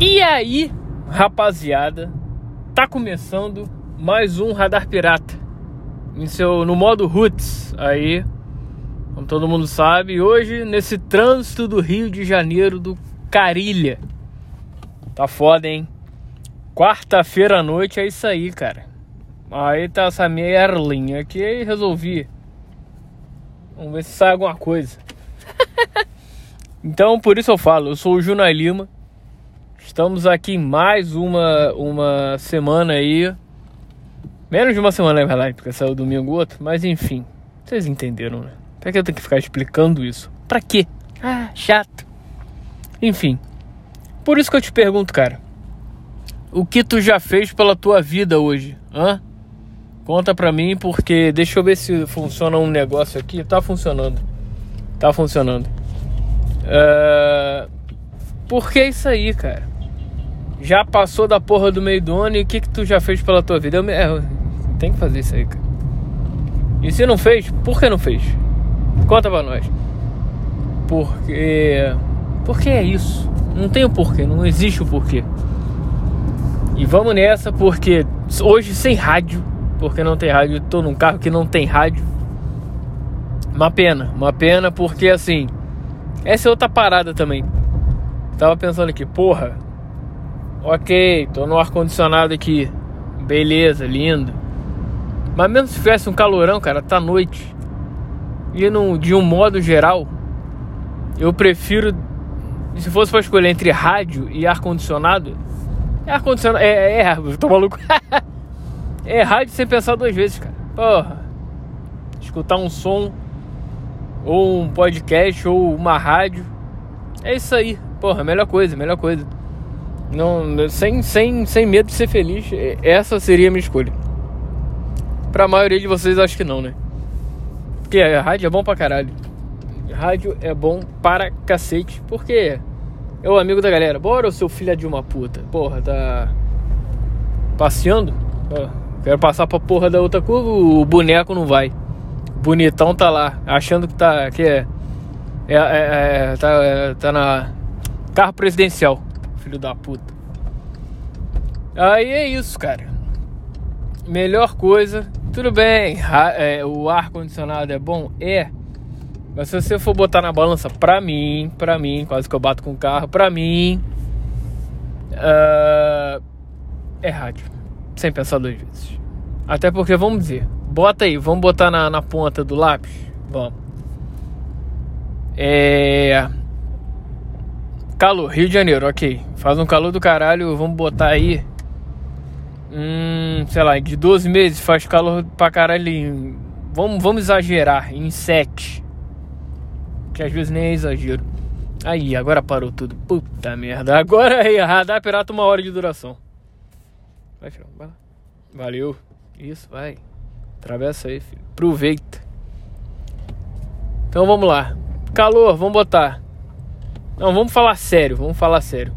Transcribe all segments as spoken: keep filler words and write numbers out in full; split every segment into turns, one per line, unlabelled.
E aí, rapaziada, tá começando mais um Radar Pirata em seu, no modo Roots. Aí, como todo mundo sabe, hoje nesse trânsito do Rio de Janeiro, do Carilha. Tá foda, hein? Quarta-feira à noite é isso aí, cara. Aí tá essa merlinha aqui e resolvi. Vamos ver se sai alguma coisa. Então, por isso eu falo, eu sou o Junai Lima. Estamos aqui em mais uma, uma semana aí. Menos de uma semana, na verdade, porque saiu domingo outro. Mas enfim, vocês entenderam, né? Pra que eu tenho que ficar explicando isso? Pra quê? Ah, chato. Enfim, por isso que eu te pergunto, cara. O que tu já fez pela tua vida hoje? Hã? Conta pra mim, porque deixa eu ver se funciona um negócio aqui. Tá funcionando. Tá funcionando. É... Porque é isso aí, cara. Já passou da porra do meio do ano. E o que que tu já fez pela tua vida? Eu me... é, tem que fazer isso aí, cara. E se não fez, por que não fez? Conta pra nós. Porque... Porque é isso. Não tem o porquê, não existe o porquê. E vamos nessa, porque hoje sem rádio. Porque não tem rádio. Eu tô num carro que não tem rádio. Uma pena, uma pena, porque assim, essa é outra parada também. Tava pensando aqui, porra, ok, tô no ar-condicionado aqui, beleza, lindo. Mas mesmo se tivesse um calorão, cara, tá noite. E num, de um modo geral, eu prefiro, se fosse pra escolher entre rádio e ar-condicionado, é ar-condicionado, é, é, é eu tô maluco. É rádio sem pensar duas vezes, cara. Porra, escutar um som, ou um podcast, ou uma rádio, é isso aí. Porra, melhor coisa, melhor coisa. Não, sem, sem, sem medo de ser feliz, essa seria a minha escolha. Pra maioria de vocês, acho que não, né? Porque a rádio é bom pra caralho. Rádio é bom para cacete. Porque é o amigo da galera. Bora, seu filho de uma puta. Porra, tá passeando? Ó, quero passar pra porra da outra curva, o boneco não vai. Bonitão tá lá, achando que tá que é, é, é, é tá, é, tá na carro presidencial, filho da puta. Aí é isso, cara. Melhor coisa, tudo bem, é, o ar condicionado é bom, é. Mas se você for botar na balança, pra mim, pra mim, quase que eu bato com o carro, pra mim, uh, é rádio, sem pensar duas vezes. Até porque, vamos dizer, bota aí, vamos botar na, na ponta do lápis. Vamos. É... Calor, Rio de Janeiro, ok. Faz um calor do caralho, vamos botar aí. Hum, sei lá, de doze meses faz calor pra caralho em... Vamos, vamos exagerar, em sete. Que às vezes nem é exagero. Aí, agora parou tudo. Puta merda. Agora aí, Radar Pirata, uma hora de duração. Vai, filho, vai lá. Valeu. Isso, vai. Atravessa aí, filho. Aproveita. Então vamos lá. Calor, vamos botar. Não, vamos falar sério. Vamos falar sério.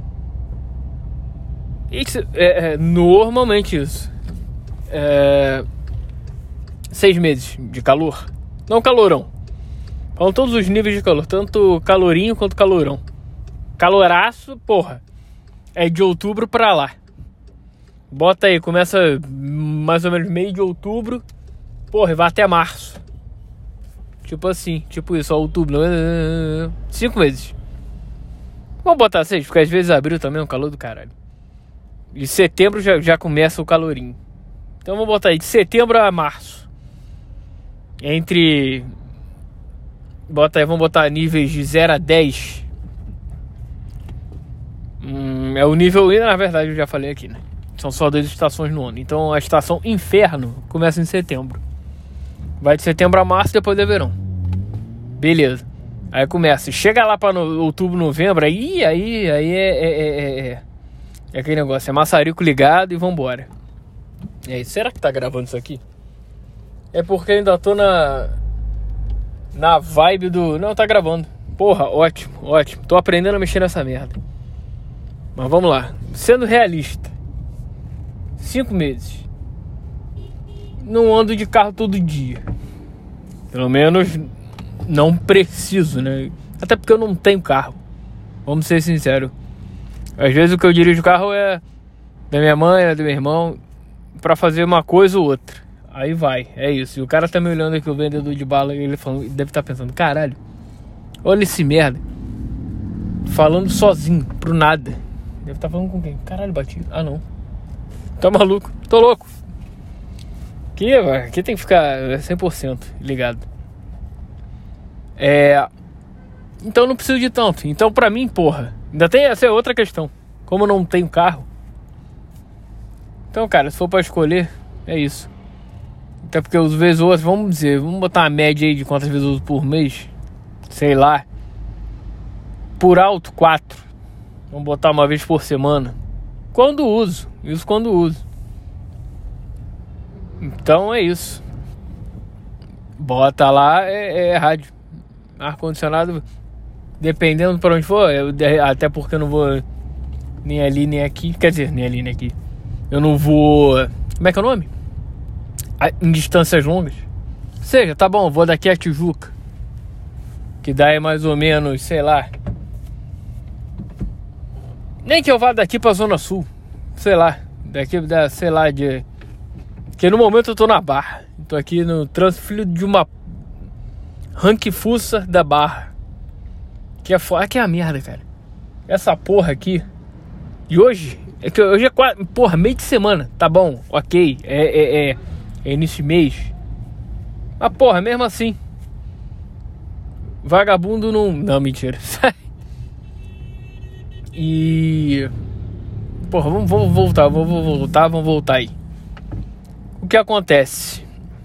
Isso, é, é, normalmente isso. É, seis meses de calor. Não calorão. Falam todos os níveis de calor. Tanto calorinho quanto calorão. Caloraço, porra. É de outubro pra lá. Bota aí, começa mais ou menos meio de outubro. Porra, e vai até março. Tipo assim, tipo isso, ó, outubro. Cinco meses. Vamos botar seis, porque às vezes abril também é um calor do caralho. E setembro já, já começa o calorinho. Então vamos botar aí, de setembro a março. Entre... Bota aí, vamos botar níveis de zero a dez. Hum, é o nível... Na verdade eu já falei aqui, né? São só duas estações no ano. Então a estação inferno começa em setembro. Vai de setembro a março, depois é verão. Beleza. Aí começa. Chega lá para no, outubro, novembro. Aí, aí, aí é, é, é, é, é aquele negócio. É maçarico ligado e vambora. E aí, será que tá gravando isso aqui? É porque eu ainda tô na... Na vibe do... Não, tá gravando. Porra, ótimo, ótimo. Tô aprendendo a mexer nessa merda. Mas vamos lá. Sendo realista. Cinco meses. Não ando de carro todo dia. Pelo menos não preciso, né? Até porque eu não tenho carro. Vamos ser sinceros. Às vezes o que eu dirijo o carro é da minha mãe, é do meu irmão, pra fazer uma coisa ou outra. Aí vai, é isso. E o cara tá me olhando aqui, o vendedor de bala, e ele falando, deve estar pensando, caralho, olha esse merda. Falando sozinho, pro nada. Deve estar falando com quem? Caralho, bati. Ah, não. Tá maluco? Tô louco. Aqui, aqui tem que ficar cem por cento ligado. É... Então não preciso de tanto. Então pra mim, porra, ainda tem essa é outra questão. Como eu não tenho carro. Então, cara, se for pra escolher, é isso. Até porque os vezes outros, vamos dizer, vamos botar uma média aí de quantas vezes eu uso por mês. Sei lá. Por alto, quatro. Vamos botar uma vez por semana. Quando uso. Isso quando uso. Então é isso. Bota lá, é, é rádio. Ar-condicionado, dependendo pra onde for. Eu, até porque eu não vou nem ali nem aqui. Quer dizer, nem ali nem aqui. Eu não vou... Como é que é o nome? Em distâncias longas. Ou seja, tá bom, vou daqui a Tijuca. Que dá é mais ou menos, sei lá. Nem que eu vá daqui pra Zona Sul. Sei lá. Daqui da, sei lá, de... Porque no momento eu tô na Barra. Tô aqui no trânsito, filho de uma ranque fuça da Barra. Que é foda. Aqui é a merda, cara. Essa porra aqui. E hoje... É que hoje é quase... Porra, meio de semana. Tá bom, ok. É, é, é, é início de mês. Mas porra, mesmo assim. Vagabundo não... Não, mentira. E... Porra, vamos, vamos voltar, vamos voltar, vamos voltar aí. O que acontece?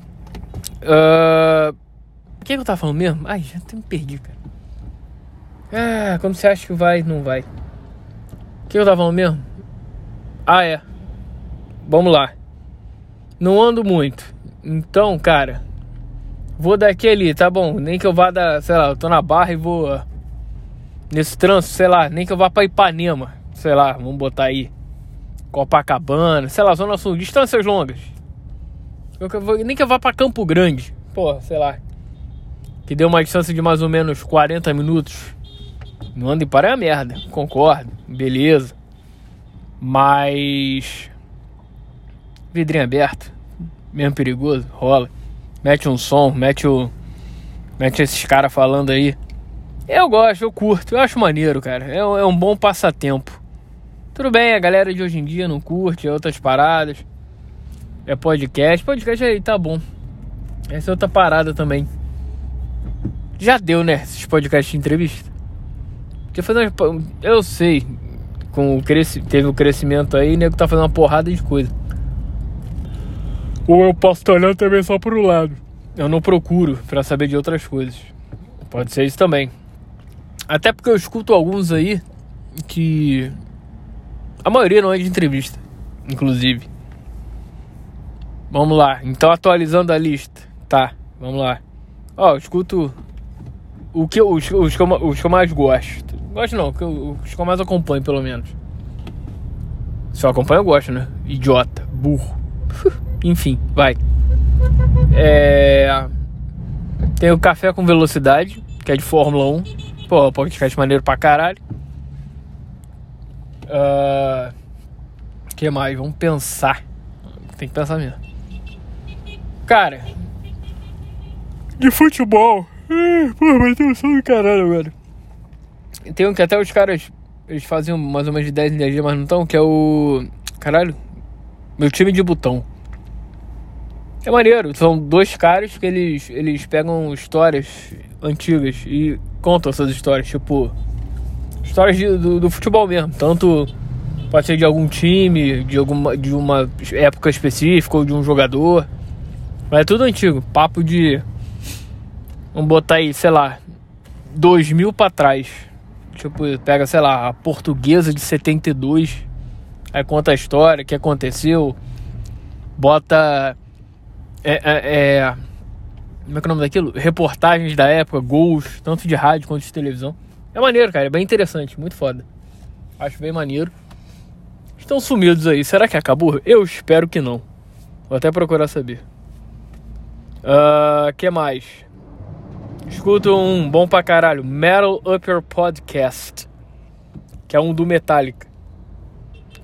Uh... O que, que eu tava falando mesmo? Ai, já até me perdi, cara. Ah, como você acha que vai, não vai. O que eu tava falando mesmo? Ah, é. Vamos lá. Não ando muito. Então, cara, vou daqui ali, tá bom. Nem que eu vá da, sei lá, eu tô na Barra e vou nesse trânsito, sei lá, nem que eu vá pra Ipanema, sei lá, vamos botar aí Copacabana, sei lá, Zona Sul, distâncias longas. Eu, eu, nem que eu vá pra Campo Grande, porra, sei lá, que deu uma distância de mais ou menos quarenta minutos. Não ando em para é a merda, concordo, beleza. Mas vidrinho aberto, mesmo perigoso, rola. Mete um som, mete o mete esses caras falando aí. Eu gosto, eu curto, eu acho maneiro, cara. É, é um bom passatempo. Tudo bem, a galera de hoje em dia não curte, é outras paradas. É podcast, podcast aí, tá bom. Essa é outra parada também. Já deu, né, esses podcasts de entrevista. Porque fazer uma... Eu sei, com o cresci... teve o crescimento aí, o nego tá fazendo uma porrada de coisa. Ou eu posso estar olhando também só pro lado. Eu não procuro pra saber de outras coisas. Pode ser isso também. Até porque eu escuto alguns aí que... A maioria não é de entrevista, inclusive. Vamos lá. Então, atualizando a lista. Tá, vamos lá. Ó, eu escuto o que eu, os, os, que eu, os que eu mais gosto. Gosto não, os que eu mais acompanho, pelo menos. Se eu acompanho, eu gosto, né? Idiota, burro. Enfim, vai. É... Tem o Café com Velocidade, que é de Fórmula um. Pô, podcast maneiro pra caralho. O uh... que mais? Vamos pensar. Tem que pensar mesmo. Cara, de futebol. Pô, mas tem um som do caralho, velho. Tem um que até os caras, eles faziam mais ou menos de dez em dez dias, mas não estão, que é o... Caralho, Meu Time de Botão. É maneiro, são dois caras que eles, eles pegam histórias antigas e contam essas histórias, tipo... Histórias de, do, do futebol mesmo, tanto... Pode ser de algum time, de, alguma, de uma época específica ou de um jogador. Mas é tudo antigo, papo de... Vamos botar aí, sei lá, dois mil pra trás. Tipo, pega, sei lá, a Portuguesa de setenta e dois. Aí conta a história, o que aconteceu. Bota... É, é, é... Como é que é o nome daquilo? Reportagens da época, gols, tanto de rádio quanto de televisão. É maneiro, cara, é bem interessante, muito foda. Acho bem maneiro. Estão sumidos aí, será que acabou? Eu espero que não. Vou até procurar saber. O uh, que mais? Escuto um bom pra caralho, Metal Upper Podcast, que é um do Metallica.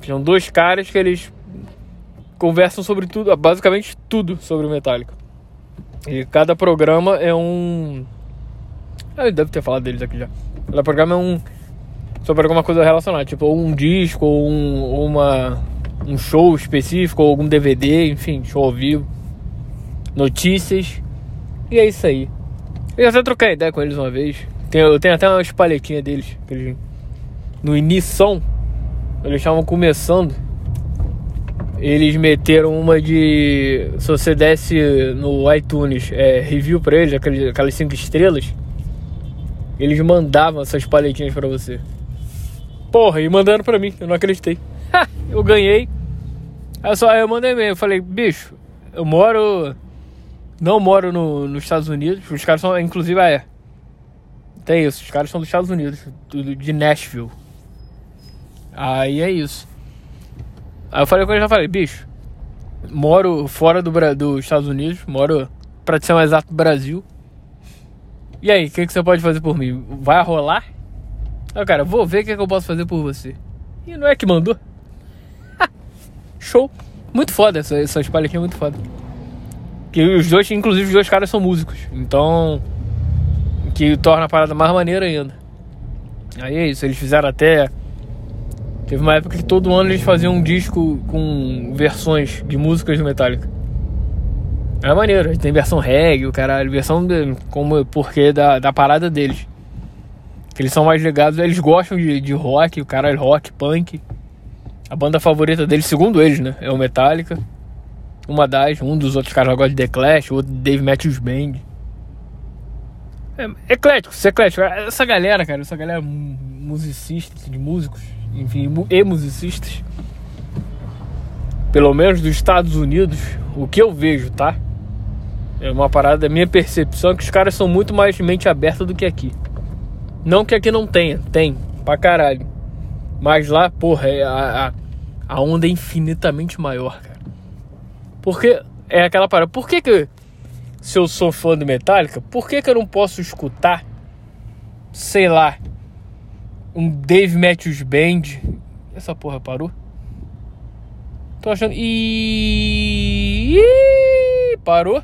São dois caras que eles conversam sobre tudo, basicamente tudo sobre o Metallica. E cada programa é um... Ah, eu devo ter falado deles aqui já. Cada programa é um... sobre alguma coisa relacionada, tipo ou um disco, ou, um, ou uma, um show específico, ou algum D V D, enfim, show ao vivo, notícias. E é isso aí. Eu já até troquei ideia com eles uma vez. Tem, eu tenho até umas palhetinhas deles. Eles, no início, eles estavam começando. Eles meteram uma de... Se você desse no iTunes é, review pra eles, aqueles, aquelas cinco estrelas, eles mandavam essas palhetinhas pra você. Porra, e mandando pra mim, eu não acreditei. Eu ganhei. Aí só aí eu mandei e-mail, eu falei, bicho, eu moro... Não moro no, nos Estados Unidos. Os caras são, inclusive, é. Tem isso, os caras são dos Estados Unidos, de Nashville. Aí é isso. Aí eu falei com ele, já falei, bicho, moro fora do, dos Estados Unidos, moro, pra ser mais exato, no Brasil. E aí, o que, que você pode fazer por mim? Vai rolar? Aí, cara, vou ver o que, que eu posso fazer por você. E não é que mandou? Show. Muito foda, essa, essas palhetinhas muito foda. Que os dois, inclusive os dois caras são músicos. Então, que torna a parada mais maneira ainda. Aí é isso, eles fizeram até... Teve uma época que todo ano eles faziam um disco com versões de músicas do Metallica. É maneiro, tem versão reggae, o caralho, versão de, como porque da, da parada deles. Que eles são mais ligados, eles gostam de, de rock, o caralho, rock, punk. A banda favorita deles, segundo eles, né, é o Metallica. Uma das, um dos outros caras gosta de The Clash, o outro Dave Matthews Band. É eclético, é eclético. Essa galera, cara, essa galera musicista, de músicos, enfim, e musicistas, pelo menos dos Estados Unidos, o que eu vejo, tá? É uma parada, a minha percepção é que os caras são muito mais mente aberta do que aqui. Não que aqui não tenha, tem, pra caralho. Mas lá, porra, é a, a, a onda é infinitamente maior, cara. Porque é aquela parada, por que que, se eu sou fã do Metallica, por que que eu não posso escutar, sei lá, um Dave Matthews Band? Essa porra parou? Tô achando... Ih, parou?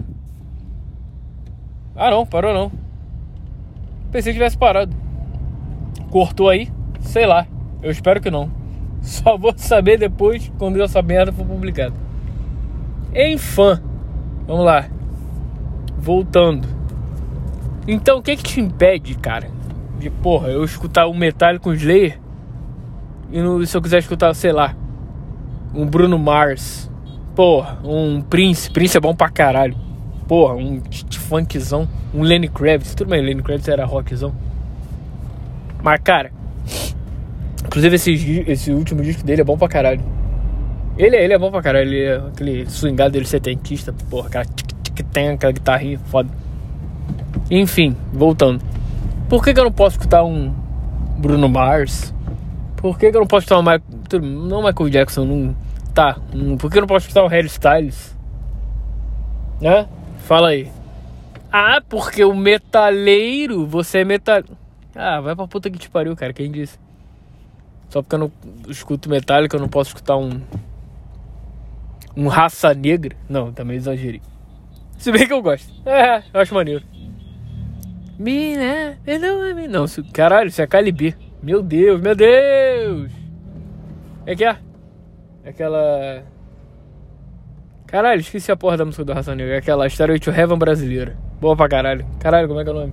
Ah não, parou não. Pensei que tivesse parado. Cortou aí? Sei lá, eu espero que não. Só vou saber depois, quando essa merda for publicada. Enfim, vamos lá. Voltando. Então, o que que te impede, cara, de, porra, eu escutar um Metallica com Slayer e no, se eu quiser escutar, sei lá, um Bruno Mars, porra, um Prince. Prince é bom pra caralho. Porra, um funkzão, um Lenny Kravitz. Tudo bem, Lenny Kravitz era rockzão. Mas, cara, inclusive esse, esse último disco dele é bom pra caralho. Ele, ele é bom pra caralho. Ele é aquele swingado dele setentista. Porra, cara, que tem aquela guitarrinha foda. Enfim, voltando. Por que que eu não posso escutar um Bruno Mars? Por que que eu não posso escutar um Michael... Não Michael Jackson, não... Tá, um... por que eu não posso escutar um Harry Styles? Né? Fala aí. Ah, porque o metaleiro... Você é metal... Ah, vai pra puta que te pariu, cara. Quem disse? Só porque eu não escuto Metallica, eu não posso escutar um... Um Raça Negra. Não, também exagerei. Se bem que eu gosto. É, eu acho maneiro. Me, né? Não, não. Caralho, isso é K L B. Meu Deus, meu Deus. É que é? É aquela... Caralho, esqueci a porra da música do Raça Negra. É aquela Stairway to Heaven brasileira. Boa pra caralho. Caralho, como é que é o nome?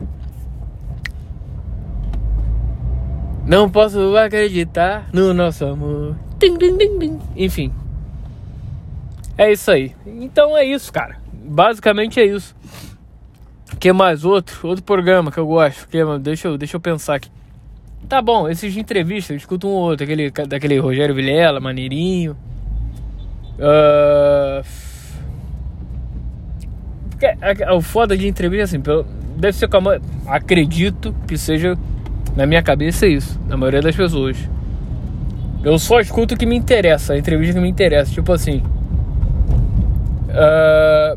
Não posso acreditar no nosso amor. Tim, tim, tim, tim. Enfim. É isso aí. Então é isso, cara. Basicamente é isso. Que mais outro? Outro programa que eu gosto. Que, deixa, eu, deixa eu pensar aqui. Tá bom, esses de entrevista, eu escuto um ou outro. Aquele, daquele Rogério Vilela, maneirinho. Uh... O foda de entrevista, assim, deve ser como... Acredito que seja, na minha cabeça, isso. Na maioria das pessoas. Eu só escuto o que me interessa. A entrevista que me interessa. Tipo assim... Uh...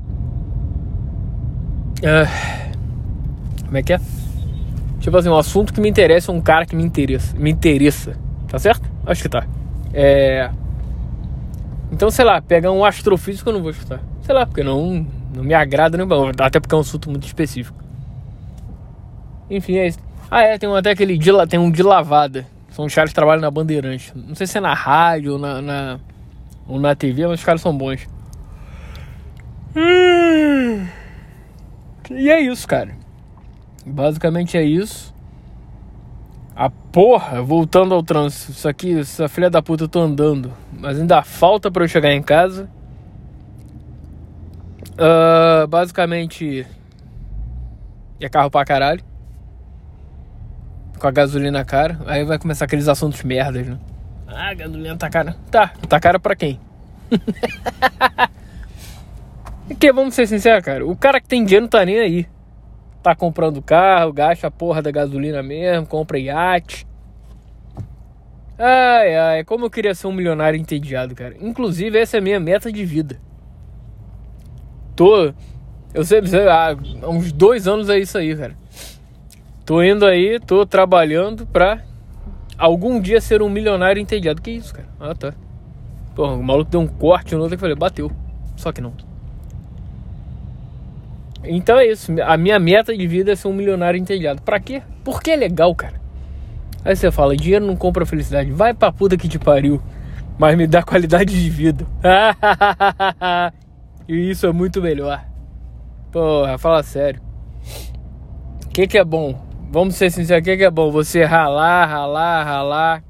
Uh... Como é que é? Tipo assim, um assunto que me interessa, um cara que me interessa. Me interessa. Tá certo? Acho que tá. É... Então, sei lá, pegar um astrofísico eu não vou estudar. Sei lá, porque não, não me agrada, né? Até porque é um assunto muito específico. Enfim, é isso. Ah, é, tem um, até aquele de, tem um de lavada. São os caras que trabalham na Bandeirante. Não sei se é na rádio ou na, na, ou na T V, mas os caras são bons. Hum. E é isso, cara. Basicamente é isso. A porra, voltando ao trânsito. Isso aqui, essa filha da puta, eu tô andando. Mas ainda falta pra eu chegar em casa. Uh, basicamente é carro pra caralho. Com a gasolina cara. Aí vai começar aqueles assuntos merdas, né? Ah, a gasolina tá cara. Tá, tá cara pra quem? Porque, vamos ser sinceros, cara, o cara que tem dinheiro não tá nem aí. Tá comprando carro, gasta a porra da gasolina mesmo, compra iate. Ai, ai, como eu queria ser um milionário entediado, cara. Inclusive, essa é a minha meta de vida. Tô... Eu sempre sei, há uns dois anos é isso aí, cara. Tô indo aí, tô trabalhando pra algum dia ser um milionário entediado. Que isso, cara? Ah, tá. Porra, o maluco deu um corte no outro e falei, bateu. Só que não. Então é isso. A minha meta de vida é ser um milionário entediado. Pra quê? Porque é legal, cara. Aí você fala, dinheiro não compra felicidade. Vai pra puta que te pariu. Mas me dá qualidade de vida. E isso é muito melhor. Porra, fala sério. O que que é bom? Vamos ser sinceros, o que que é bom? Você ralar, ralar, ralar.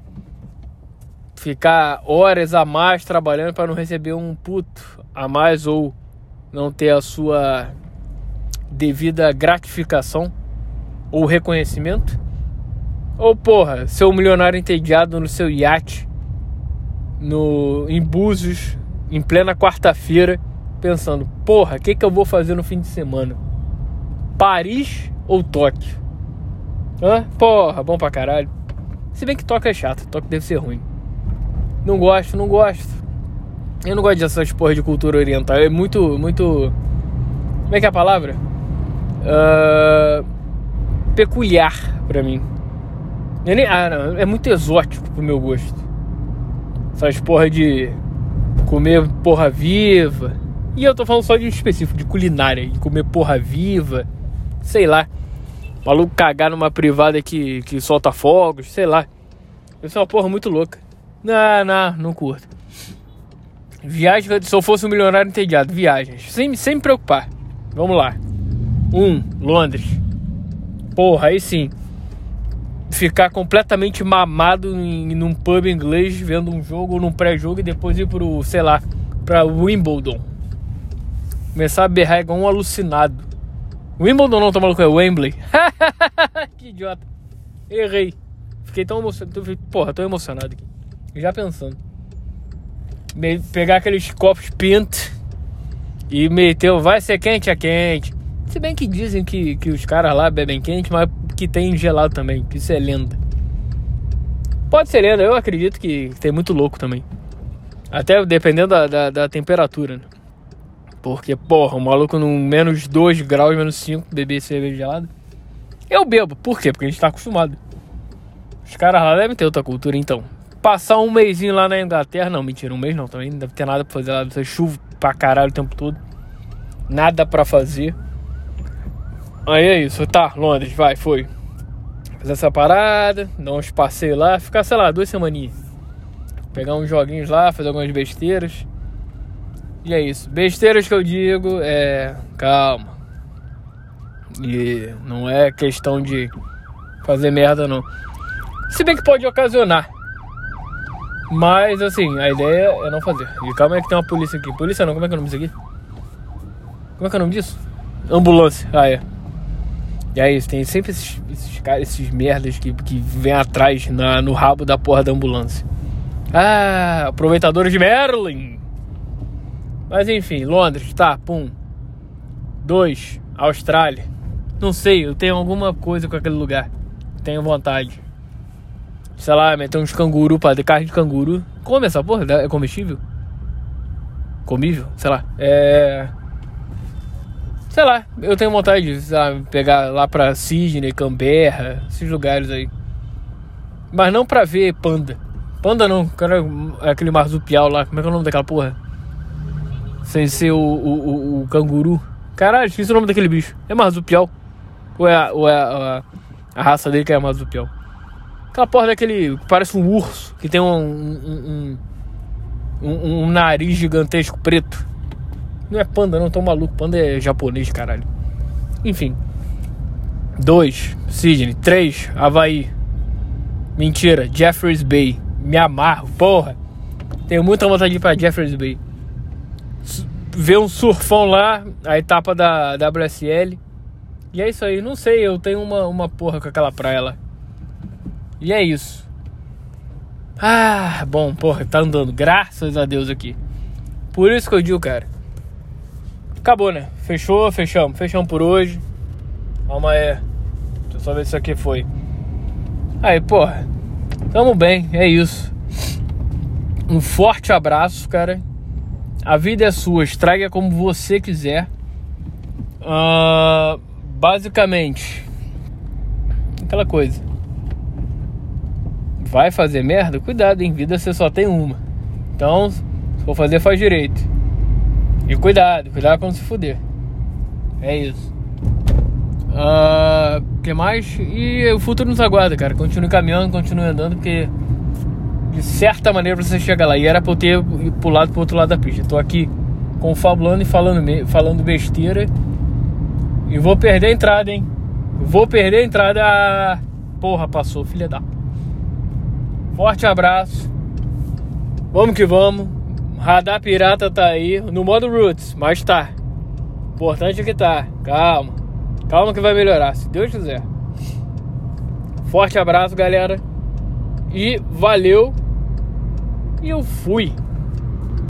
Ficar horas a mais trabalhando pra não receber um puto a mais ou não ter a sua devida gratificação ou reconhecimento? Ou porra, ser um milionário entediado no seu iate no, em Búzios, em plena quarta-feira, pensando, porra, o que que eu vou fazer no fim de semana? Paris ou Tóquio? Hã? Porra, bom pra caralho. Se bem que Tóquio é chato, Tóquio deve ser ruim. Não gosto, não gosto. Eu não gosto dessas porra de cultura oriental. É muito, muito... Como é que é a palavra? Uh, peculiar pra mim. Eu nem... Ah, não. É muito exótico pro meu gosto. Essas porra de comer porra viva. E eu tô falando só de específico, de culinária. De comer porra viva. Sei lá. Maluco cagar numa privada que, que solta fogos. Sei lá. Isso é uma porra muito louca. Não, não, não curto. Viagem, se eu fosse um milionário entediado, viagens, sem, sem me preocupar. Vamos lá. Um, Londres. Porra, aí sim. Ficar completamente mamado em, num pub inglês, vendo um jogo ou num pré-jogo e depois ir pro, sei lá, pra Wimbledon. Começar a berrar igual um alucinado. Wimbledon não, tá maluco, é Wembley. Que idiota. Errei. Fiquei tão emocionado. Porra, tô emocionado aqui. Já pensando. Pegar aqueles copos Pint e meteu, vai ser quente, é quente. Se bem que dizem que, que os caras lá bebem quente, mas que tem gelado também, que isso é lenda. Pode ser lenda, eu acredito que tem muito louco também. Até dependendo da, da, da temperatura, né? Porque, porra, o maluco no menos dois graus, menos cinco, beber cerveja gelada. Eu bebo, por quê? Porque a gente tá acostumado. Os caras lá devem ter outra cultura, então. Passar um mêsinho lá na Inglaterra, não, mentira, um mês não, também não deve ter nada pra fazer lá, deve ser chuva pra caralho o tempo todo. Nada pra fazer. Aí é isso, tá, Londres, vai, foi. Fazer essa parada, dar uns passeios lá, ficar, sei lá, duas semaninhas. Pegar uns joguinhos lá, fazer algumas besteiras. E é isso, besteiras que eu digo é... Calma. E não é questão de fazer merda, não. Se bem que pode ocasionar. Mas, assim, a ideia é não fazer. E calma aí que tem uma polícia aqui. Polícia não, como é que é o nome disso aqui? Como é que é o nome disso? Ambulância. Ah, é. E aí, tem sempre esses, esses caras, esses merdas que, que vêm atrás na, no rabo da porra da ambulância. Ah, aproveitadores de Merlin. Mas, enfim, Londres, tá, pum. Dois, Austrália. Não sei, eu tenho alguma coisa com aquele lugar. Tenho vontade. Sei lá, meter uns canguru pra ter carne de canguru. Come essa porra? É comestível? Comível? Sei lá. É... Sei lá, eu tenho vontade de, sabe, pegar lá pra Sydney, Canberra, esses lugares aí. Mas não pra ver panda. Panda não, cara, é aquele marsupial lá. Como é que é o nome daquela porra? Sem ser o, o, o, o canguru. Caralho, esqueci o nome daquele bicho. É marsupial? Ou é, a, ou é a, a, a raça dele que é marsupial? Aquela porra daquele que parece um urso, que tem um, um, um, um, um nariz gigantesco preto. Não é panda não, tô maluco. Panda é japonês, caralho. Enfim. Dois, Sydney. Três, Havaí. Mentira, Jeffreys Bay. Me amarro, porra. Tenho muita vontade de ir pra Jeffreys Bay. Ver um surfão lá, a etapa da W S L. E é isso aí, não sei, eu tenho uma, uma porra com aquela praia lá. E é isso. Ah, bom, porra, tá andando, graças a Deus aqui. Por isso que eu digo, cara. Acabou, né? Fechou, fechamos. Fechamos por hoje. Calma aí. Deixa eu só ver se isso aqui foi. Aí, porra. Tamo bem, é isso. Um forte abraço, cara. A vida é sua, estrague como você quiser. Uh, basicamente, aquela coisa. Vai fazer merda? Cuidado, hein? Vida você só tem uma. Então, se for fazer, faz direito. E cuidado, cuidado pra não se fuder. É isso. O uh, que mais? E o futuro nos aguarda, cara. Continue caminhando, continue andando, porque de certa maneira você chega lá. E era pra eu ter pulado pro outro lado da pista. Tô aqui confabulando e falando, falando besteira. E vou perder a entrada, hein? Vou perder a entrada. Ah, porra, passou, filha da. Forte abraço. Vamos que vamos. Radar pirata tá aí no modo Roots, mas tá. Importante é que tá. Calma. Calma que vai melhorar, se Deus quiser. Forte abraço, galera. E valeu. E eu fui.